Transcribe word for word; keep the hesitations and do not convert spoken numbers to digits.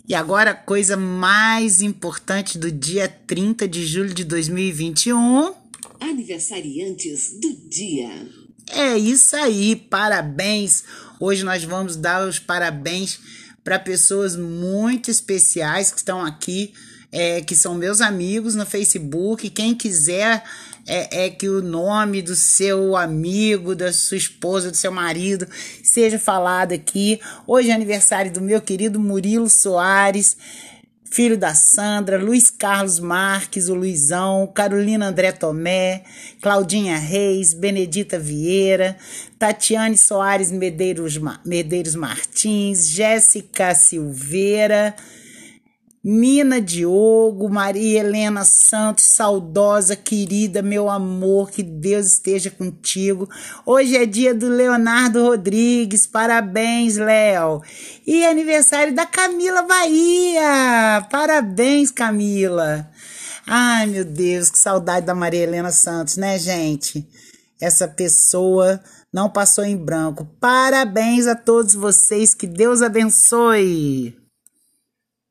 E agora a coisa mais importante do dia trinta de julho de dois mil e vinte e um. Aniversariantes do dia. É isso aí, parabéns. Hoje nós vamos dar os parabéns para pessoas muito especiais que estão aqui, é, que são meus amigos no Facebook. Quem quiser é, é que o nome do seu amigo, da sua esposa, do seu marido seja falado aqui. Hoje é aniversário do meu querido Murilo Soares, filho da Sandra, Luiz Carlos Marques, o Luizão, Carolina André Tomé, Claudinha Reis, Benedita Vieira, Tatiane Soares Medeiros, Medeiros Martins, Jéssica Silveira, Nina Diogo, Maria Helena Santos, saudosa, querida, meu amor, que Deus esteja contigo. Hoje é dia do Leonardo Rodrigues, parabéns, Léo. E aniversário da Camila Bahia, parabéns, Camila. Ai, meu Deus, que saudade da Maria Helena Santos, né, gente? Essa pessoa não passou em branco. Parabéns a todos vocês, que Deus abençoe.